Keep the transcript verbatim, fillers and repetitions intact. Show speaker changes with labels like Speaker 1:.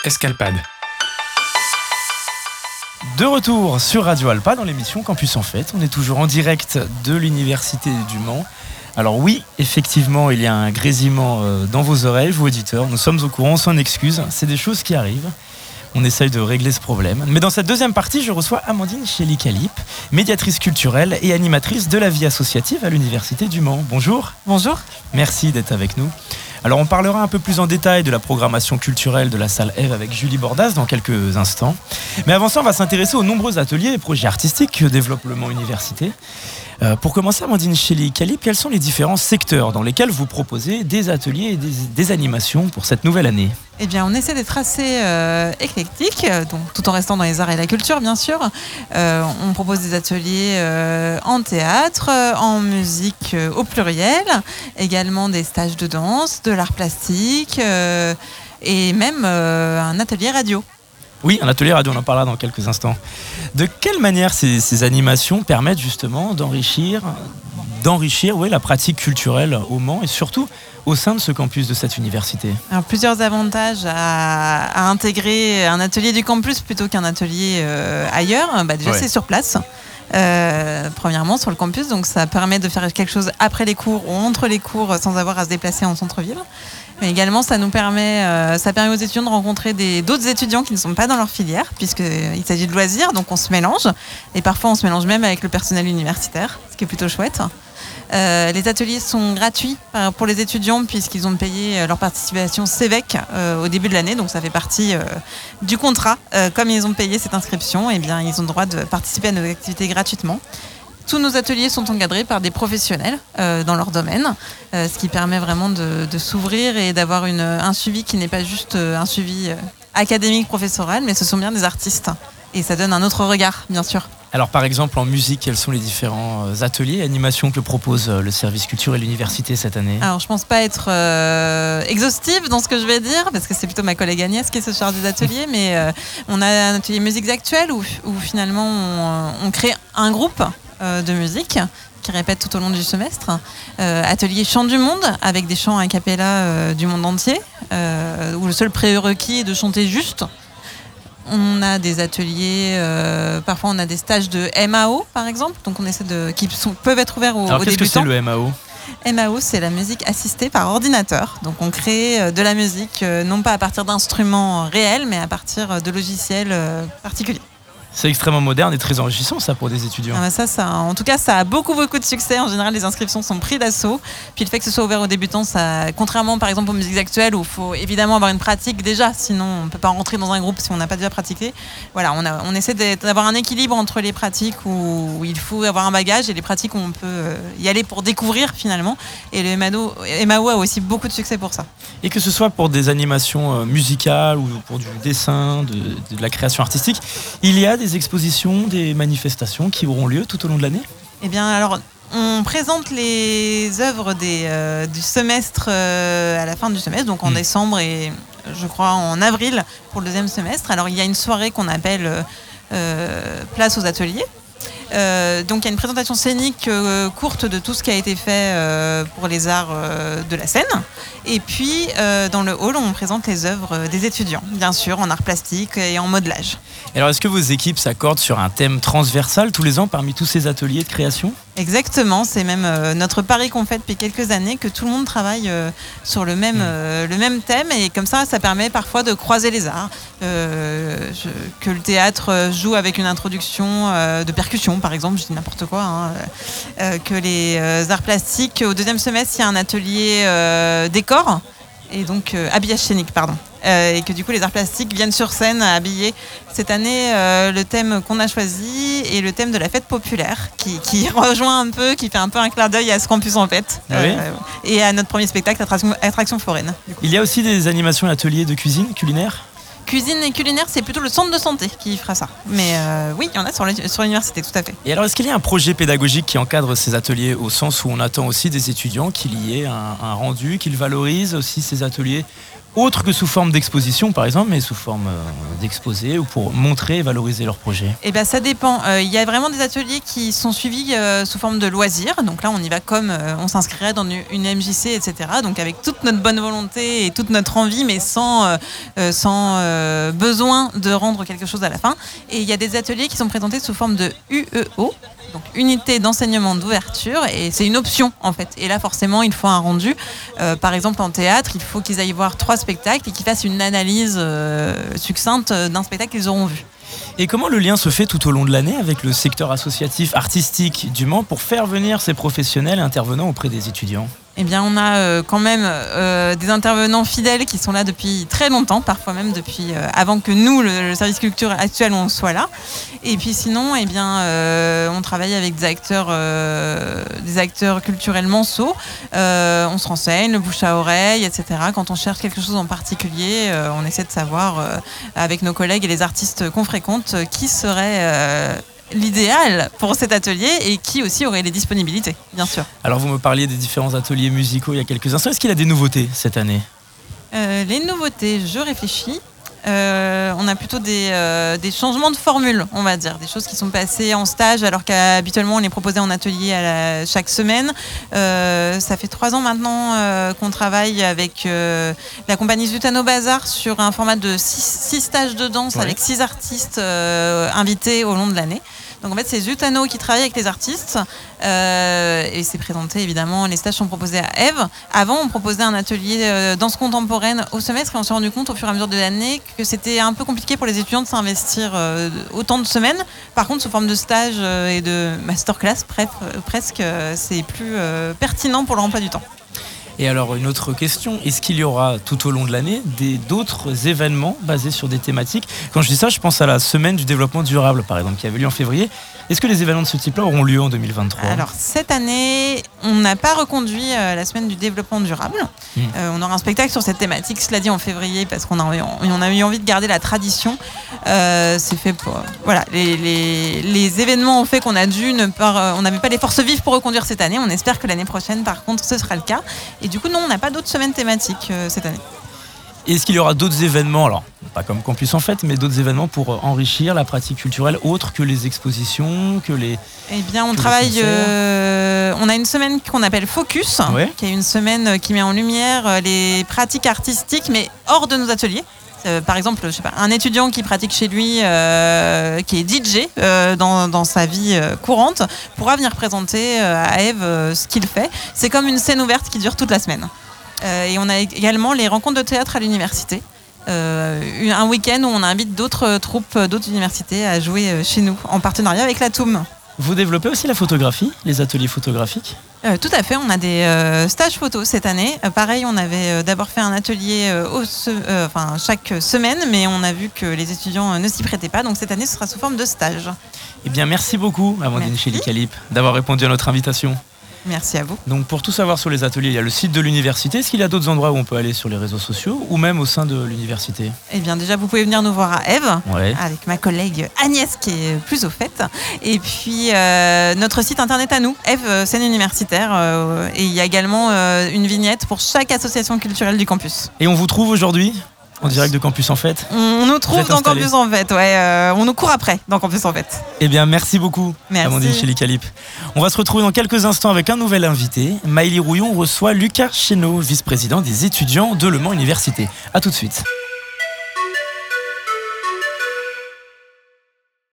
Speaker 1: Escalpade.
Speaker 2: De retour sur Radio Alpa dans l'émission Campus en Fête. On est toujours en direct de l'Université du Mans. Alors oui, effectivement, il y a un grésillement dans vos oreilles, vous auditeurs. Nous sommes au courant, on s'en excuse. C'est des choses qui arrivent. On essaye de régler ce problème. Mais dans cette deuxième partie, je reçois Amandine Chély-Calip, médiatrice culturelle et animatrice de la vie associative à l'Université du Mans. Bonjour.
Speaker 3: Bonjour.
Speaker 2: Merci d'être avec nous. Alors on parlera un peu plus en détail de la programmation culturelle de la salle Ève avec Julie Bordas dans quelques instants. Mais avant ça, on va s'intéresser aux nombreux ateliers et projets artistiques que développe le Mans Université. Euh, pour commencer, Amandine Chély-Calip, quels sont les différents secteurs dans lesquels vous proposez des ateliers et des, des animations pour cette nouvelle année ?
Speaker 3: Eh bien, on essaie d'être assez euh, éclectique, donc, tout en restant dans les arts et la culture, bien sûr. Euh, on propose des ateliers euh, en théâtre, en musique euh, au pluriel, également des stages de danse, de l'art plastique euh, et même euh, un atelier radio.
Speaker 2: Oui, un atelier radio, on en parlera dans quelques instants. De quelle manière ces, ces animations permettent justement d'enrichir, d'enrichir oui, la pratique culturelle au Mans et surtout au sein de ce campus de cette université ?
Speaker 3: Alors, plusieurs avantages à, à intégrer un atelier du campus plutôt qu'un atelier euh, ailleurs. Bah, déjà, ouais. C'est sur place. Euh, premièrement sur le campus, donc ça permet de faire quelque chose après les cours ou entre les cours sans avoir à se déplacer en centre-ville. Mais également ça nous permet, euh, ça permet aux étudiants de rencontrer des, d'autres étudiants qui ne sont pas dans leur filière, puisqu'il s'agit de loisirs, donc on se mélange et parfois on se mélange même avec le personnel universitaire, ce qui est plutôt chouette. Euh, les ateliers sont gratuits pour les étudiants puisqu'ils ont payé leur participation C E V E C euh, au début de l'année, donc ça fait partie euh, du contrat. Euh, comme ils ont payé cette inscription, eh bien, ils ont le droit de participer à nos activités gratuitement. Tous nos ateliers sont encadrés par des professionnels euh, dans leur domaine, euh, ce qui permet vraiment de, de s'ouvrir et d'avoir une, un suivi qui n'est pas juste un suivi euh, académique, professoral, mais ce sont bien des artistes. Et ça donne un autre regard, bien sûr.
Speaker 2: Alors par exemple en musique, quels sont les différents ateliers et animations que propose le service culture et l'université cette année ?
Speaker 3: Alors je pense pas être euh, exhaustive dans ce que je vais dire, parce que c'est plutôt ma collègue Agnès qui se charge des ateliers, mais euh, on a un atelier musiques actuelles où, où finalement on, on crée un groupe euh, de musique qui répète tout au long du semestre. Euh, atelier chant du monde, avec des chants a cappella euh, du monde entier, euh, où le seul prérequis est de chanter juste. On a des ateliers, euh, parfois on a des stages de M A O par exemple, donc on essaie de, qui sont, peuvent être ouverts aux,
Speaker 2: Alors,
Speaker 3: aux
Speaker 2: qu'est-ce
Speaker 3: débutants.
Speaker 2: que c'est le M A O ?
Speaker 3: M A O, c'est la musique assistée par ordinateur. Donc on crée de la musique, non pas à partir d'instruments réels, mais à partir de logiciels particuliers.
Speaker 2: C'est extrêmement moderne et très enrichissant ça pour des étudiants.
Speaker 3: Ah bah ça, ça, en tout cas, ça a beaucoup beaucoup de succès. En général, les inscriptions sont prises d'assaut. Puis le fait que ce soit ouvert aux débutants, ça, contrairement par exemple aux musiques actuelles où il faut évidemment avoir une pratique déjà, sinon on ne peut pas rentrer dans un groupe si on n'a pas déjà pratiqué. Voilà, on, a, on essaie d'avoir un équilibre entre les pratiques où il faut avoir un bagage et les pratiques où on peut y aller pour découvrir finalement. Et le M A O a aussi beaucoup de succès pour ça.
Speaker 2: Et que ce soit pour des animations musicales ou pour du dessin, de, de la création artistique, il y a des des expositions, des manifestations qui auront lieu tout au long de l'année ?
Speaker 3: Eh bien, alors, on présente les œuvres des, euh, du semestre euh, à la fin du semestre, donc en mmh. décembre et je crois en avril pour le deuxième semestre. Alors, il y a une soirée qu'on appelle euh, Place aux ateliers. Euh, donc il y a une présentation scénique euh, courte de tout ce qui a été fait euh, pour les arts euh, de la scène. Et puis euh, dans le hall, on présente les œuvres des étudiants, bien sûr, en art plastique et en modelage.
Speaker 2: Alors est-ce que vos équipes s'accordent sur un thème transversal tous les ans parmi tous ces ateliers de création ?
Speaker 3: Exactement, c'est même euh, notre pari qu'on fait depuis quelques années, que tout le monde travaille euh, sur le même, euh, le même thème, et comme ça, ça permet parfois de croiser les arts, euh, je, que le théâtre joue avec une introduction euh, de percussion, par exemple, je dis n'importe quoi, hein, euh, que les euh, arts plastiques, au deuxième semestre, il y a un atelier euh, décor, et donc euh, habillage scénique, pardon. Euh, et que du coup les arts plastiques viennent sur scène à habiller. Cette année, euh, le thème qu'on a choisi est le thème de la fête populaire, qui, qui rejoint un peu, qui fait un peu un clin d'œil à ce campus en fête,
Speaker 2: ah oui
Speaker 3: euh, et à notre premier spectacle, Attraction, Attraction foraine.
Speaker 2: Il y a aussi des animations et ateliers de cuisine culinaire ?
Speaker 3: Cuisine et culinaire, c'est plutôt le centre de santé qui fera ça. Mais euh, oui, il y en a sur, sur l'université, tout à fait.
Speaker 2: Et alors, est-ce qu'il y a un projet pédagogique qui encadre ces ateliers, au sens où on attend aussi des étudiants qu'il y ait un, un rendu, qu'ils valorisent aussi ces ateliers autre que sous forme d'exposition par exemple, mais sous forme euh, d'exposé ou pour montrer et valoriser leurs projets?
Speaker 3: Eh ben, ça dépend. Il euh, y a vraiment des ateliers qui sont suivis euh, sous forme de loisirs. Donc là, on y va comme euh, on s'inscrirait dans une, une M J C, et cetera. Donc avec toute notre bonne volonté et toute notre envie, mais sans, euh, sans euh, besoin de rendre quelque chose à la fin. Et il y a des ateliers qui sont présentés sous forme de U E O. Donc unité d'enseignement d'ouverture, et c'est une option en fait. Et là forcément il faut un rendu. Euh, par exemple en théâtre, il faut qu'ils aillent voir trois spectacles et qu'ils fassent une analyse euh, succincte d'un spectacle qu'ils auront vu.
Speaker 2: Et comment le lien se fait tout au long de l'année avec le secteur associatif artistique du Mans pour faire venir ces professionnels intervenant auprès des étudiants?
Speaker 3: Eh bien, on a euh, quand même euh, des intervenants fidèles qui sont là depuis très longtemps, parfois même depuis euh, avant que nous, le, le service culture actuel, on soit là. Et puis sinon, eh bien, euh, on travaille avec des acteurs, euh, des acteurs culturels manceaux. Euh, on se renseigne, le bouche à oreille, et cetera. Quand on cherche quelque chose en particulier, euh, on essaie de savoir euh, avec nos collègues et les artistes qu'on fréquente euh, qui serait euh, l'idéal pour cet atelier et qui aussi aurait les disponibilités, bien sûr.
Speaker 2: Alors vous me parliez des différents ateliers musicaux il y a quelques instants. Est-ce qu'il y a des nouveautés cette année?
Speaker 3: euh, Les nouveautés, je réfléchis. Euh, on a plutôt des, euh, des changements de formule, on va dire, des choses qui sont passées en stage alors qu'habituellement on les proposait en atelier à la, chaque semaine. Euh, ça fait trois ans maintenant euh, qu'on travaille avec euh, la compagnie Zutano Bazar sur un format de six, six stages de danse, ouais, avec six artistes euh, invités au long de l'année. Donc en fait c'est Zutano qui travaille avec les artistes euh, et c'est présenté évidemment, les stages sont proposés à Eve. Avant on proposait un atelier euh, danse contemporaine au semestre et on s'est rendu compte au fur et à mesure de l'année que c'était un peu compliqué pour les étudiants de s'investir euh, autant de semaines. Par contre sous forme de stage euh, et de masterclass bref, euh, presque euh, c'est plus euh, pertinent pour leur emploi du temps.
Speaker 2: Et alors une autre question, est-ce qu'il y aura tout au long de l'année des, d'autres événements basés sur des thématiques? Quand je dis ça, je pense à la semaine du développement durable par exemple, qui avait lieu en février. Est-ce que les événements de ce type-là auront lieu en deux mille vingt-trois?
Speaker 3: Alors cette année, on n'a pas reconduit euh, la semaine du développement durable. Mmh. Euh, on aura un spectacle sur cette thématique, cela dit en février, parce qu'on a, on a eu envie de garder la tradition. Euh, c'est fait pour... Voilà, les, les, les événements ont fait qu'on a dû ne pas... On n'avait pas les forces vives pour reconduire cette année. On espère que l'année prochaine, par contre, ce sera le cas. Et du coup, non, on n'a pas d'autres semaines thématiques euh, cette année.
Speaker 2: Est-ce qu'il y aura d'autres événements, alors pas comme Campus en Fête, mais d'autres événements pour enrichir la pratique culturelle autre que les expositions, que les...
Speaker 3: Eh bien, on travaille... Euh, on a une semaine qu'on appelle Focus, ouais, qui est une semaine qui met en lumière les pratiques artistiques, mais hors de nos ateliers. Euh, par exemple, je sais pas, un étudiant qui pratique chez lui, euh, qui est D J euh, dans, dans sa vie euh, courante, pourra venir présenter euh, à Eve euh, ce qu'il fait. C'est comme une scène ouverte qui dure toute la semaine. Euh, et on a également les rencontres de théâtre à l'université. Euh, un week-end où on invite d'autres troupes, d'autres universités à jouer chez nous, en partenariat avec la T O U M.
Speaker 2: Vous développez aussi la photographie, les ateliers photographiques?
Speaker 3: euh, Tout à fait, on a des euh, stages photos cette année. Euh, pareil, on avait euh, d'abord fait un atelier euh, au se- euh, enfin, chaque semaine, mais on a vu que les étudiants euh, ne s'y prêtaient pas. Donc cette année, ce sera sous forme de stage.
Speaker 2: Eh bien, merci beaucoup, Amandine Chélicalip, d'avoir répondu à notre invitation.
Speaker 3: Merci à vous.
Speaker 2: Donc pour tout savoir sur les ateliers, il y a le site de l'université. Est-ce qu'il y a d'autres endroits où on peut aller sur les réseaux sociaux ou même au sein de l'université?
Speaker 3: Eh bien déjà, vous pouvez venir nous voir à Eve,
Speaker 2: ouais,
Speaker 3: avec ma collègue Agnès qui est plus au fait. Et puis euh, notre site internet à nous, Eve Scène Universitaire. Euh, et il y a également euh, une vignette pour chaque association culturelle du campus.
Speaker 2: Et on vous trouve aujourd'hui en direct de Campus en Fête?
Speaker 3: On nous trouve dans installé. Campus en Fête, ouais. Euh, on nous court après dans Campus en Fête.
Speaker 2: Eh bien, merci beaucoup,
Speaker 3: merci.
Speaker 2: Amandine Chélicalip. On va se retrouver dans quelques instants avec un nouvel invité. Maëlie Rouillon reçoit Lucas Chénaud, vice-président des étudiants de Le Mans Université. A tout de suite.